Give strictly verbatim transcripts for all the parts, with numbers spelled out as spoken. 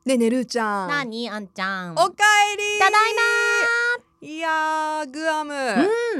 ねねるーちゃん。 なにあんちゃん。 おかえり。 ただいま。いやーグアム、うん、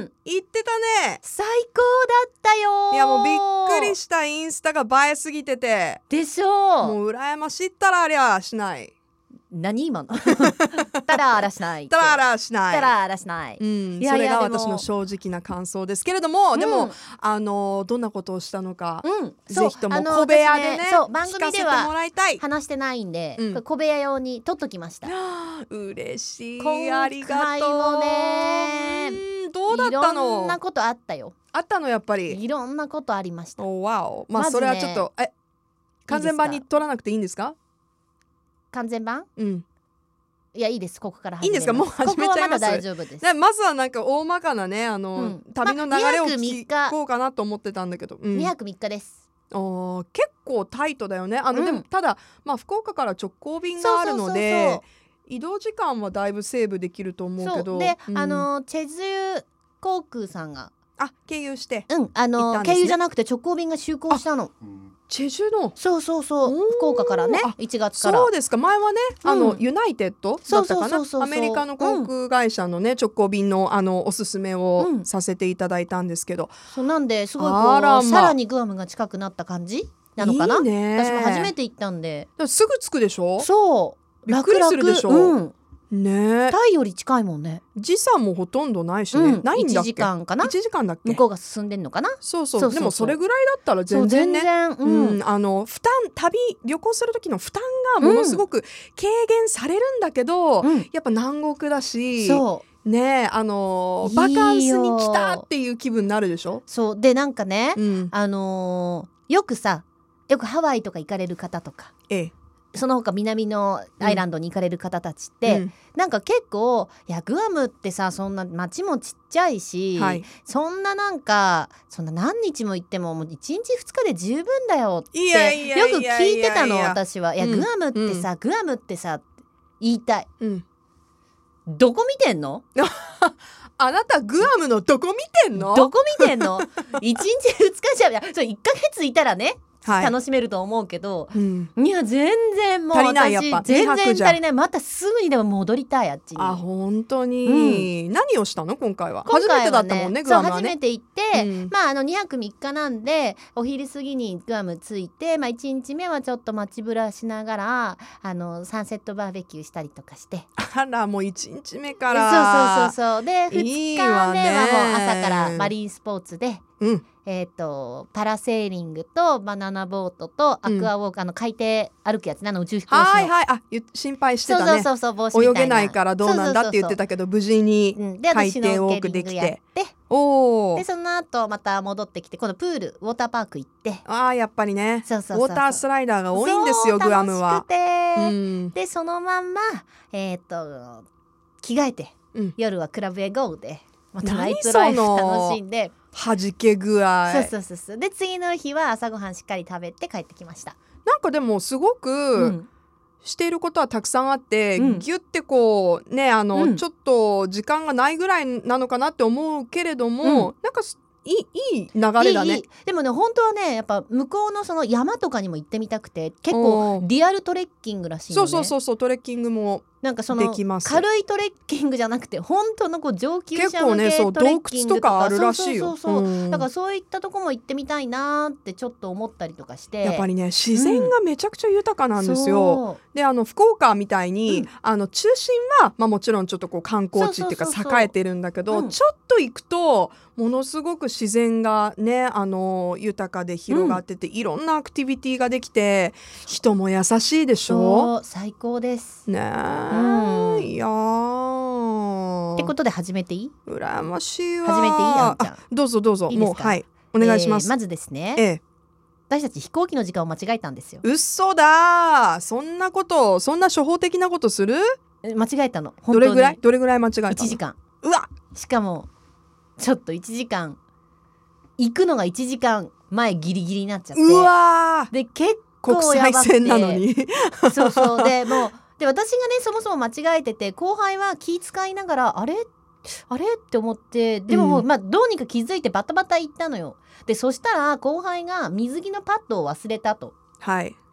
行ってたね。 最高だったよ。 いやもうびっくりした。インスタが映えすぎててでしょう。 もう羨ましいったらありゃしない。 何今のたらあらしないたらあらしないたらあらしない、 うん、いやいやそれが私の正直な感想ですけれども、うん、でもあのどんなことをしたのか、うん、ぜひとも小部屋でね、ねそう番組では話してないんで、うん、小部屋用に撮っときました。 嬉しい。 今ありがとう。 回もね、 うん、どうだったの。 いろんなことあったよ。 あったのやっぱり。 いろんなことありました。 おわお。まあそれはちょっと、まね、え完全版に撮らなくていいんですか。 完全版？ うん。 いやいいです。ここから始めます。 いいんですか。もう始めちゃいます。 ここはまだ大丈夫です。 まずはなんか大まかなねあの、うん、旅の流れを聞こうかなと思ってたんだけど、 うん、にはくみっかです。 お結構タイトだよね。あの、うん、でもただまあ福岡から直行便があるので移動時間はだいぶセーブできると思うけど、 で、うん、あのチェズ航空さんがあ経由して、 うんあの、ね、経由じゃなくて直行便が就航したの。 チェジュのそうそうそう福岡からねいちがつからそうですか。前はねあの、うん、ユナイテッドだったかなアメリカの航空会社のね、うん、直行便のあのおすすめをさせていただいたんですけど、うん、 そうなんですごいこう、ま、さらにグアムが近くなった感じなのかな。 いいね。 私も初めて行ったんですぐ着くでしょ。 そうびっくりするでしょ、うんね、 タイより近いもんね。 時差もほとんどないしね、うん、ないんだっけ。 いちじかんかな。 いちじかんだっけ。 向こうが進んでんのかな。 そうそう。そうそうそうでもそれぐらいだったら全然ね、 全然、うんうん、あの負担旅旅行する時の負担がものすごく軽減されるんだけど、うん、やっぱ南国だし、そうねあのバカンスに来たっていう気分になるでしょ。 そうでなんかね、うん、あのー、よくさよくハワイとか行かれる方とか、ええその他南のアイランドに行かれる方たちって、うん、なんか結構いやグアムってさそんな街もちっちゃいし、はい、そんななんかそんな何日も行ってももういちにちふつかで十分だよってよく聞いてたの私は。いや、うん、グアムってさ、うん、グアムってさ言いたい、うん、どこ見てんのあなたグアムのどこ見てんのどこ見てんのいちにちふつかじゃそういっかげついたらねはい、楽しめると思うけど、うん、いや全然もう足りない。やっぱ全然足りない。またすぐにでも戻りたいあっちに。 あ本当に、うん、何をしたの今回は。今回はね、初めてだったもんねグアムはね。 そう初めて行って、うん、まああのにはくみっかなんでお昼過ぎにグアム着いて、まあ、いちにちめはちょっと街ぶらしながらあのサンセットバーベキューしたりとかして。 あらもういちにちめからそうそうそうそうでふつかめはもう朝からマリンスポーツで、うんえー、とパラセーリングとバナナボートとアクアウォーク、うん、あの海底歩くやつねあの宇宙飛行士のはいはいあ心配してたね。 そうそうそうそう泳げないからどうなんだって言ってたけど無事に海底ウォークできて、 おでその後また戻ってきて今度プールウォーターパーク行ってあやっぱりねそうそうそうそうウォータースライダーが多いんですよグアムは。 楽しくて、うん、でそのまんま、えー、と着替えて、うん、夜はクラブへゴーでまたナイトライフ楽しんで弾け具合。 そうそうそうそうで次の日は朝ごはんしっかり食べて帰ってきました。 なんかでもすごく、うん、していることはたくさんあって、うん、ギュッてこうねあの、うん、ちょっと時間がないぐらいなのかなって思うけれども、うん、なんかいい、いい流れだね。いいいいでもね本当はねやっぱ向こうのその山とかにも行ってみたくて結構リアルトレッキングらしいのね。 そうそうそうそうトレッキングもなんかその軽いトレッキングじゃなくて本当のこう上級者向けトレッキングとか、ね、洞窟とかあるらしいよ。そうそうそうそう、うん、だからそういったとこも行ってみたいなってちょっと思ったりとかしてやっぱりね自然がめちゃくちゃ豊かなんですよ、うん、であの福岡みたいに、うん、あの中心は、まあ、もちろんちょっとこう観光地っていうか栄えてるんだけど、うん、ちょっと行くとものすごく自然がねあの豊かで広がってて、うん、いろんなアクティビティができて人も優しいでしょ。 最高ですねえ、うん、いやーってことで始めていい？ 羨ましいわ。 始めていい？あんちゃんあどうぞどうぞ。いいですか？もうはいお願いします、 えー、まずですね、 ええ、 私たち飛行機の時間を間違えたんですよ。 嘘だそんなことそんな初歩的なことする？ 間違えたの本当に。 どれぐらいどれぐらい間違えたの？ いちじかん。 うわしかもちょっといちじかん行くのがいちじかんまえギリギリになっちゃって、 うわで結構やばくて国際線なのにそうそうでもうで私がねそもそも間違えてて後輩は気遣いながらあれあれって思ってでももう、うん、まあ、どうにか気づいてバタバタ行ったのよ。でそしたら後輩が水着のパッドを忘れたと。 はい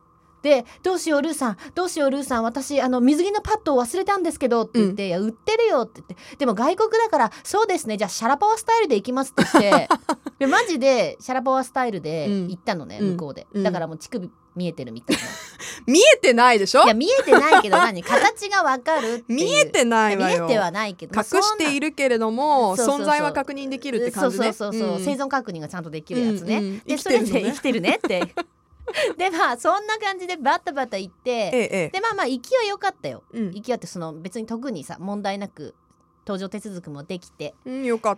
でどうしようルーさんどうしようルーさん私あの水着のパッドを忘れたんですけどって言って、うん、いや売ってるよって言ってでも外国だからそうですねじゃあシャラポワスタイルで行きますって言ってでマジでシャラポワスタイルで行ったのね、うん、向こうで、うん、だからもう乳首見えてるみたいな見えてないでしょ。 いや見えてないけど何形がわかるっていう見えてないわよ。 見えてはないけど隠しているけれどもそうそうそう存在は確認できるって感じね。 そうそうそうそう、うん、生存確認がちゃんとできるやつね、うんうん、でそ生きてるのね、 れで生きてるねってでまあそんな感じでバタバタ行って、ええ、でまあまあ行きは良かったよ、うん、行きはってその別に特にさ問題なく搭乗手続きもできて、 うん、よかった。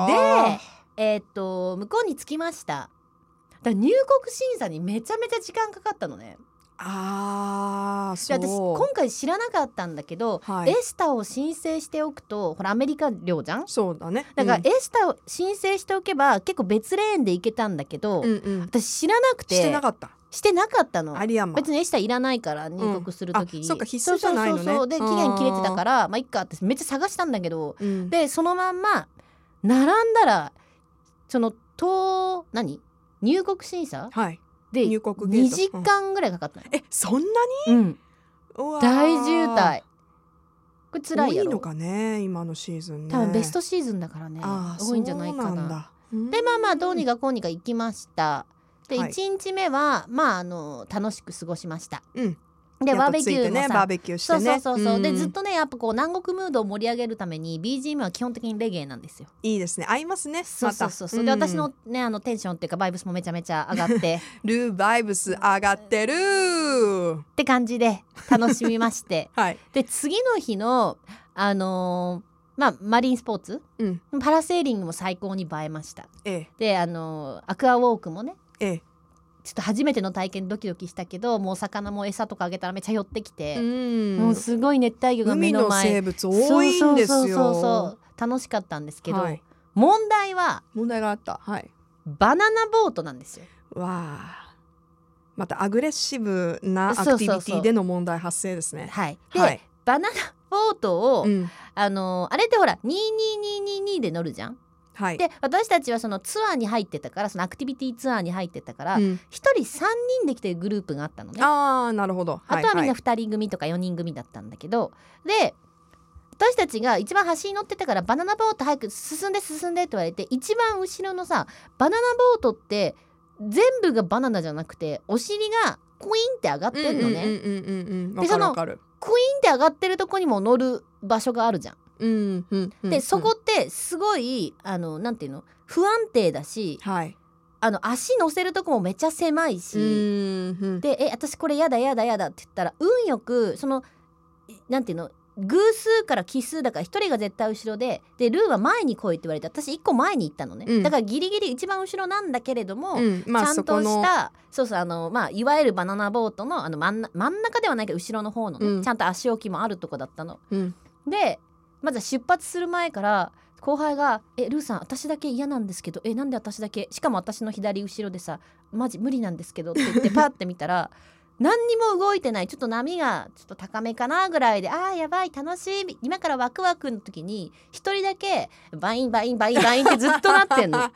でえー、っと向こうに着きました。だ入国審査にめちゃめちゃ時間かかったのね。 あーそうで私今回知らなかったんだけど、はい、エスタを申請しておくとほらアメリカ領じゃん。 そうだね、 だからエスタを申請しておけば結構別レーンで行けたんだけど、うんうん、私知らなくてしてなかったしてなかったの。 アリアマ別にエスタいらないから入国するときに、うん、 あそうか必須じゃないのね。 そうそうそうで期限切れてたからまあいっかってめっちゃ探したんだけど、うん、でそのまんま並んだらそのと何入国審査、はいで入国にじかんぐらいかかったの、 うん、えそんなに、 うん、大渋滞。これ辛いやろ。 多いのかね今のシーズンね。 多分ベストシーズンだからね多いんじゃないかな。でまあまあどうにかこうにか行きました。で、はい、いちにちめはまああの楽しく過ごしました、うんでバーベキューもさ、 ね、バーベキューしてねそうそうそうそう、うん、でずっとねやっぱこう南国ムードを盛り上げるために ビージーエム は基本的にレゲエなんですよ。 いいですね合いますね。 そうそうそうそう、ま、で私のねあのテンションっていうかバイブスもめちゃめちゃ上がってルーバイブス上がってるって感じで楽しみまして、はい、で次の日のあのー、まあマリンスポーツ、うん、パラセーリングも最高に映えました、ええ、であのー、アクアウォークもね、ええちょっと初めての体験ドキドキしたけどもう魚も餌とかあげたらめっちゃ寄ってきてうんもうすごい熱帯魚が目の前海の生物多いんですよ。そうそうそうそう楽しかったんですけど、はい、問題は問題があった、はい、 バナナボートなんですよ。 わあまたアグレッシブなアクティビティでの問題発生ですね。 はいで、はい、バナナボートを、うん、あのあれってほらにーにーにーにーにーで乗るじゃん。はい、で私たちはそのツアーに入ってたからそのアクティビティツアーに入ってたから、うん、ひとりさんにんで来てるグループがあったのね。 あーなるほど、 あとはみんなふたり組とかよにん組だったんだけど、はいはい、で私たちが一番端に乗ってたからバナナボート早く進んで進んでって言われて一番後ろのさバナナボートって全部がバナナじゃなくてお尻がクイーンって上がってんのね。でそのクイーンって上がってるとこにも乗る場所があるじゃん。うんうんうん、でそこってすごいあのなんていうの不安定だし、はい、あの足乗せるとこもめっちゃ狭いし、うんうん、でえ私これやだやだやだって言ったら運よくそのなんていうの偶数から奇数だからひとりが絶対後ろででルーは前に来いって言われて私いっこまえに行ったのね、うん、だからギリギリ一番後ろなんだけれども、うんまあ、ちゃんとしたそうそうあの、まあ、いわゆるバナナボートの、あの真ん、真ん中ではないけど後ろの方のね、うん、ちゃんと足置きもあるとこだったの、うん、でまずは出発する前から後輩が「えルーさん私だけ嫌なんですけどえなんで私だけしかも私の左後ろでさマジ無理なんですけど」って言ってパッて見たら何にも動いてないちょっと波がちょっと高めかなぐらいであーやばい楽しみ今からワクワクの時に一人だけバインバインバインバインってずっとなってんのはい、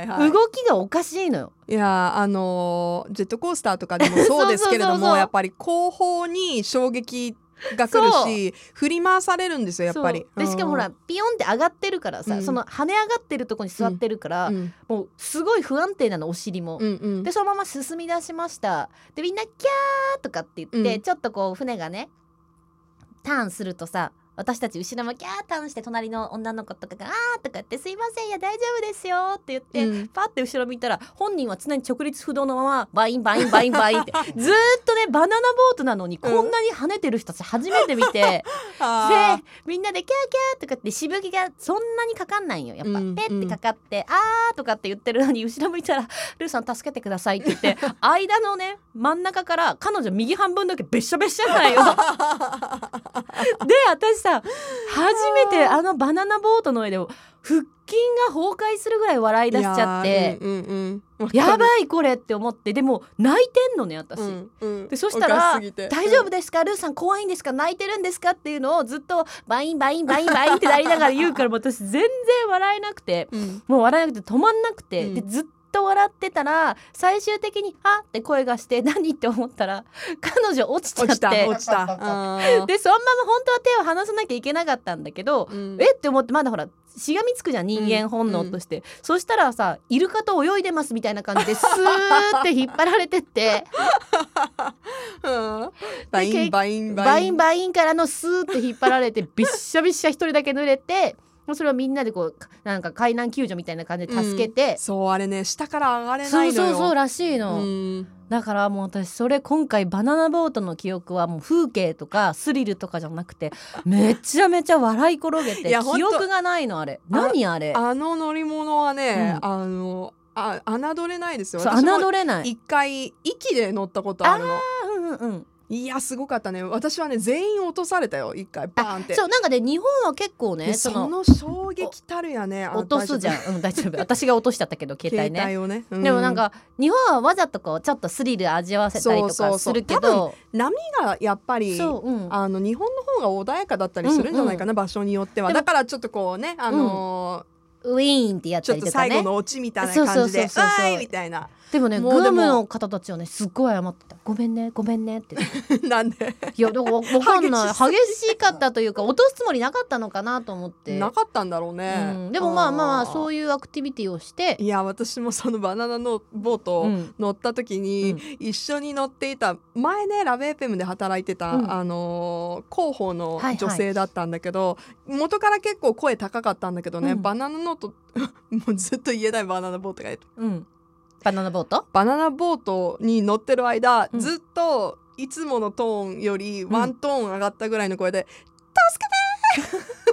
はい、動きがおかしいのよ。 いやあのー、ジェットコースターとかでもそうですけれどもそうそうそうそうやっぱり後方に衝撃が来るし振り回されるんですよやっぱり。 でしかもほらピヨンって上がってるからさ、うん、その跳ね上がってるとこに座ってるから、うん、もうすごい不安定なのお尻も、うんうん、でそのまま進み出しました。でみんなキャーとかって言って、うん、ちょっとこう船がねターンするとさ私たち後ろもキャーターンして隣の女の子とかがあーとか言ってすいませんいや大丈夫ですよって言って、うん、パッて後ろ見たら本人は常に直立不動のままバインバインバインバインってずーっとねバナナボートなのにこんなに跳ねてる人たち初めて見て、うん、でみんなでキャーキャーとかってしぶきがそんなにかかんないよやっぱ、うん、ペッてかかって、うん、あーとかって言ってるのに後ろ向いたらルーさん助けてくださいって言って間のね真ん中から彼女右半分だけべっしゃべっしゃないよで私さ初めてあのバナナボートの上で腹筋が崩壊するぐらい笑い出しちゃって や,、うんうんうん、やばいこれって思ってでも泣いてんのね私、うんうん、でそしたら大丈夫ですか、うん、ルーさん怖いんですか泣いてるんですかっていうのをずっとバインバインバインバインってなりながら言うから私全然笑えなくて、うん、もう笑えなくて止まんなくて、うん、でずっと笑ってたら最終的にあって声がして何って思ったら彼女落ちちゃって落ちた落ちたでそのまま本当は手を離さなきゃいけなかったんだけど、うん、えって思ってまだほらしがみつくじゃん人間本能として、うんうん、そしたらさイルカと泳いでますみたいな感じでスーって引っ張られてって、 うん、バインバインバインバインからのスーって引っ張られてびっしゃびっしゃ一人だけ濡れてそれをみんなでこうなんか海難救助みたいな感じで助けて、 うん、そうあれね下から上がれないのよ。 そうそうそうらしいの、うん、だからもう私それ今回バナナボートの記憶はもう風景とかスリルとかじゃなくてめちゃめちゃ笑い転げて記憶がないのあれ何あれあ, あの乗り物はね、うん、あのあ侮れないですよ。 そう侮れない。 一回息で乗ったことあるの。 あーうんうんうんいやすごかったね。私はね全員落とされたよ一回バーンって。 そうなんかね日本は結構ねその、その衝撃たるやね落とすじゃん、うん、大丈夫私が落としちゃったけど携帯ね携帯をね、うん、 でもなんか日本はわざとこうちょっとスリル味わわせたりとかするけどそうそうそう波がやっぱり、うん、あの日本の方が穏やかだったりするんじゃないかな、うんうん、場所によっては。だからちょっとこうねあのーうん、ウィーンってやったりとかねちょっと最後のオチみたいな感じであーいみたいな。 でもねグアムの方たちはねすっごい謝ってた。ごめんねごめんねってなんでいやだから分かんない激しかったというか落とすつもりなかったのかなと思ってなかったんだろうね、 うん、でもまあまあそういうアクティビティをしていや私もそのバナナのボート乗った時に、うん、一緒に乗っていた前ねラブ エフエムで働いてた、うん、あのー、広報の女性だったんだけど、はいはい、元から結構声高かったんだけどね、うん、バナナノートもうずっと言えないバナナボートがいる、 うんバナナボートバナナボートに乗ってる間、うん、ずっといつものトーンよりワントーン上がったぐらいの声で、うん、助けて助けて無理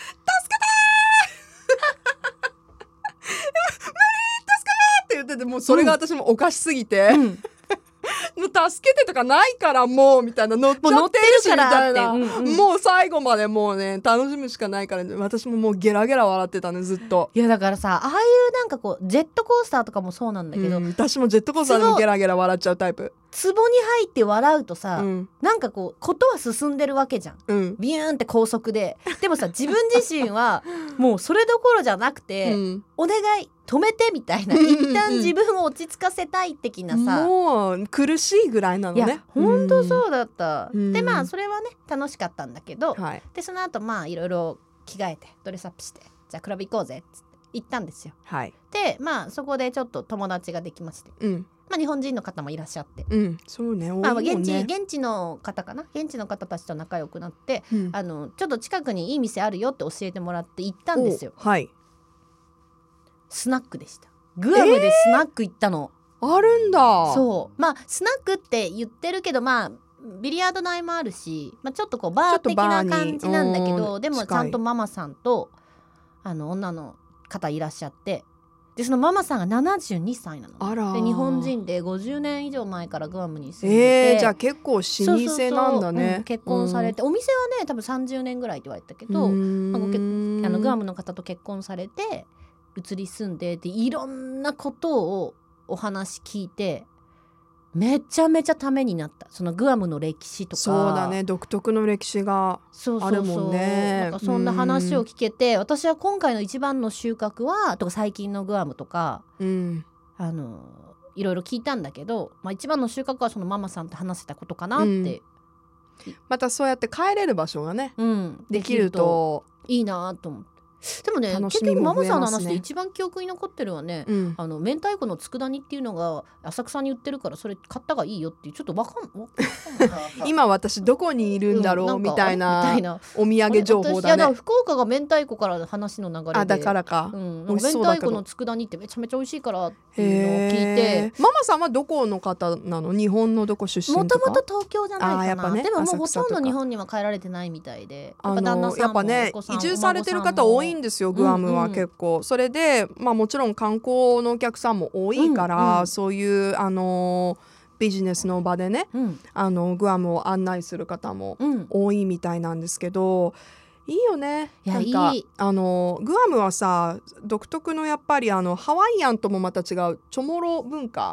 助けてって言っててもうそれが私もおかしすぎて、うんもう助けてとかないからもうみたいな乗っちゃってるしみたいな、うんうん、もう最後までもうね楽しむしかないから、ね、私ももうゲラゲラ笑ってたねずっと。 いやだからさああいうなんかこうジェットコースターとかもそうなんだけど、うん、 私もジェットコースターでもゲラゲラ笑っちゃうタイプ。 壺に入って笑うとさ、うん、なんかこうことは進んでるわけじゃん、うん、ビューンって高速ででもさ自分自身はもうそれどころじゃなくて、うん、お願い止めてみたいな一旦自分を落ち着かせたい的なさもう苦しいぐらいなのね。いやほんとそうだった、うん、でまあそれはね楽しかったんだけど、はい、でその後まあいろいろ着替えてドレスアップしてじゃあクラブ行こうぜっつって行ったんですよ、はい、でまあそこでちょっと友達ができまして、うんまあ、日本人の方もいらっしゃって、 うんそうね、多いもんね。 まあ、現地、現地の方かな現地の方たちと仲良くなって、うん、あのちょっと近くにいい店あるよって教えてもらって行ったんですよ。はい、スナックでした。グアムでスナック行ったの、 えー、あるんだ。 そうまあスナックって言ってるけどまあビリヤード台もあるし、まあ、ちょっとこうバー的な感じなんだけどでもちゃんとママさんとあの女の方いらっしゃってでそのママさんがななじゅうにさいなの。あらで日本人でごじゅうねん以上前からグアムに住んでて、 えー、じゃあ結構老舗なんだね。そうそうそう、うん、 結婚されて、うん、お店はね多分さんじゅうねんぐらいって言われたけど、まあ、ごけあのグアムの方と結婚されて移り住んででいろんなことをお話聞いてめちゃめちゃためになった。そのグアムの歴史とかそうだね独特の歴史があるもんね。そうそうそうなんかそんな話を聞けて私は今回の一番の収穫はとか最近のグアムとか、うん、あのいろいろ聞いたんだけど、まあ、一番の収穫はそのママさんと話せたことかなって、うん、 またそうやって帰れる場所がね、うん、できるといいなと思って。でもね結局ママさんの話で一番記憶に残ってるのはね、うん、あの明太子の佃煮っていうのが浅草に売ってるからそれ買ったがいいよっていうちょっとわかん今私どこにいるんだろう、うん、みたいなお土産情報だね。いやだから福岡が明太子から話の流れであだからか、 うん、明太子の佃煮ってめちゃめちゃ美味しいからっていうのを聞いて。 ママさんはどこの方なの？日本のどこ出身とか？ もともと東京じゃないかな、ね、でももうほとんど日本には帰られてないみたいでやっぱ旦那さんもやっぱね移住されてる方多いんですよグアムは結構、うん、それで、まあ、もちろん観光のお客さんも多いから、うんうん、そういうあのビジネスの場でね、うん、あのグアムを案内する方も多いみたいなんですけど、うん、いいよね。 いやなんかいいあのグアムはさ独特のやっぱりあのハワイアンともまた違うチョモロ文化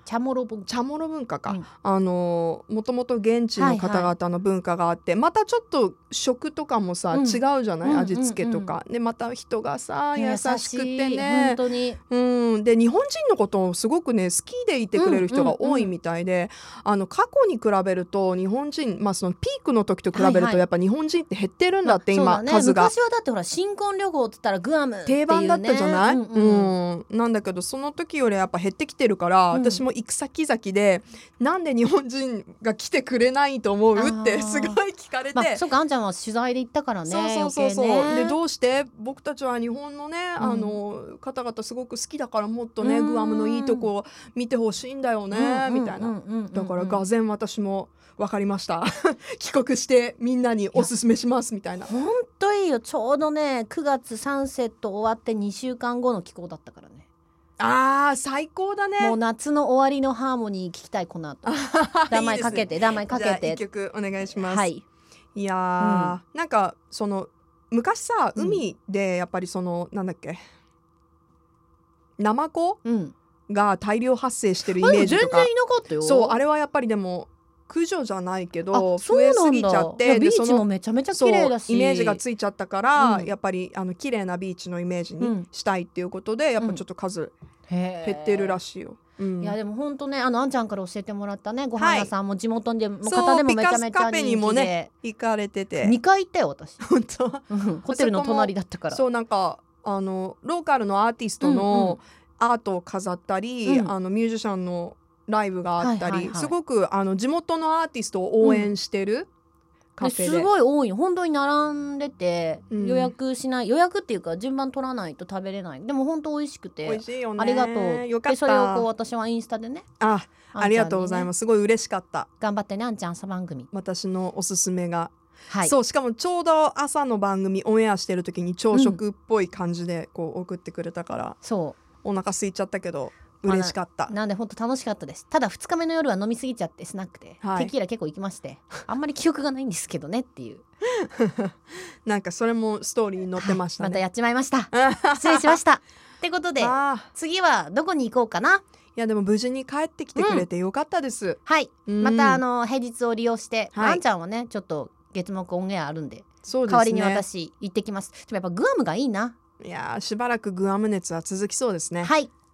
チャモロ文化チャモロ文化か、うん、あのもともと現地の方々の文化があって、はいはい、またちょっと食とかもさ、うん、違うじゃない、うん、味付けとか、うんうんうん、でまた人がさ優しくてね本当に、 うん、で日本人のことをすごくね好きでいてくれる人が多いみたいで、うんうんうん、あの過去に比べると日本人、まあ、そのピークの時と比べるとやっぱ日本人って減ってるんだって、はいはい、今、まあね、数が昔はだってほら新婚旅行って言ったらグアムっていう、ね、 定番だったじゃない、うんうんうん、なんだけどその時よりやっぱ減ってきてるから、うん、私も行く先々でなんで日本人が来てくれないと思うってすごい聞かれて、 まあ、そうかあんちゃんは取材で行ったからね。 そうそうそうそう、 ね、 でどうして僕たちは日本のね、うん、あの方々すごく好きだからもっとねグアムのいいとこを見てほしいんだよねみたいな。だからがぜん私も分かりました帰国してみんなにおすすめしますみたいな。 ほんといいよ。ちょうどねくがつサンセット終わってにしゅうかんごの気候だったからね。 あー最高だね。 もう夏の終わりのハーモニー聞きたいこの後ダマイかけてダマイかけて。じゃあいっきょくお願いします。 はい、 いやー、うん、なんかその昔さ海でやっぱりその、うん、なんだっけナマコ、うんが大量発生してるイメージとか。 全然いなかったよ。 そうあれはやっぱりでも駆除じゃないけど増えすぎちゃってビーチもめちゃめちゃ綺麗だしイメージがついちゃったから、うん、やっぱりあの綺麗なビーチのイメージにしたいっていうことで、うん、やっぱちょっと数減ってるらしいよ。うん、 いやでも本当ねあのあんちゃんから教えてもらったねご飯屋さんも地元で、はい、方でもめちゃめちゃ人気で、 ピカスカフェにもね行かれててにかい行ったよ私本当ホテルの隣だったから。 そうなんかあのローカルのアーティストの、うんうんアートを飾ったり、うん、あのミュージシャンのライブがあったり、はいはいはい、すごくあの地元のアーティストを応援してる、うん、カフェで。 すごい多い本当に並んでて、うん、予約しない予約っていうか順番取らないと食べれない。でも本当美味しくて美味しいよね。 ありがとう。 よかった。 でそれをこう私はインスタでねあありがとうございます。すごい嬉しかった。 頑張ってねあんちゃん朝番組私のおすすめがはい、そうしかもちょうど朝の番組オンエアしてる時に朝食っぽい感じでこう送ってくれたから、うん、そうお腹空いちゃったけど嬉しかった、 まあ、な, なんで本当楽しかったです。ただふつかめの夜は飲みすぎちゃってスナックで、はい、テキーラ結構行きましてあんまり記憶がないんですけどねっていうなんかそれもストーリーに載ってましたね、 はい、またやっちまいました失礼しましたってことで次はどこに行こうかな。 いやでも無事に帰ってきてくれてよかったです、うん、 はい、うん、またあの平日を利用して、はい、あんちゃんはねちょっと月木オンエアあるんで、そうですね、代わりに私行ってきます。でもやっぱグアムがいいな。 いやしばらくグアム熱は続きそうですね。 はい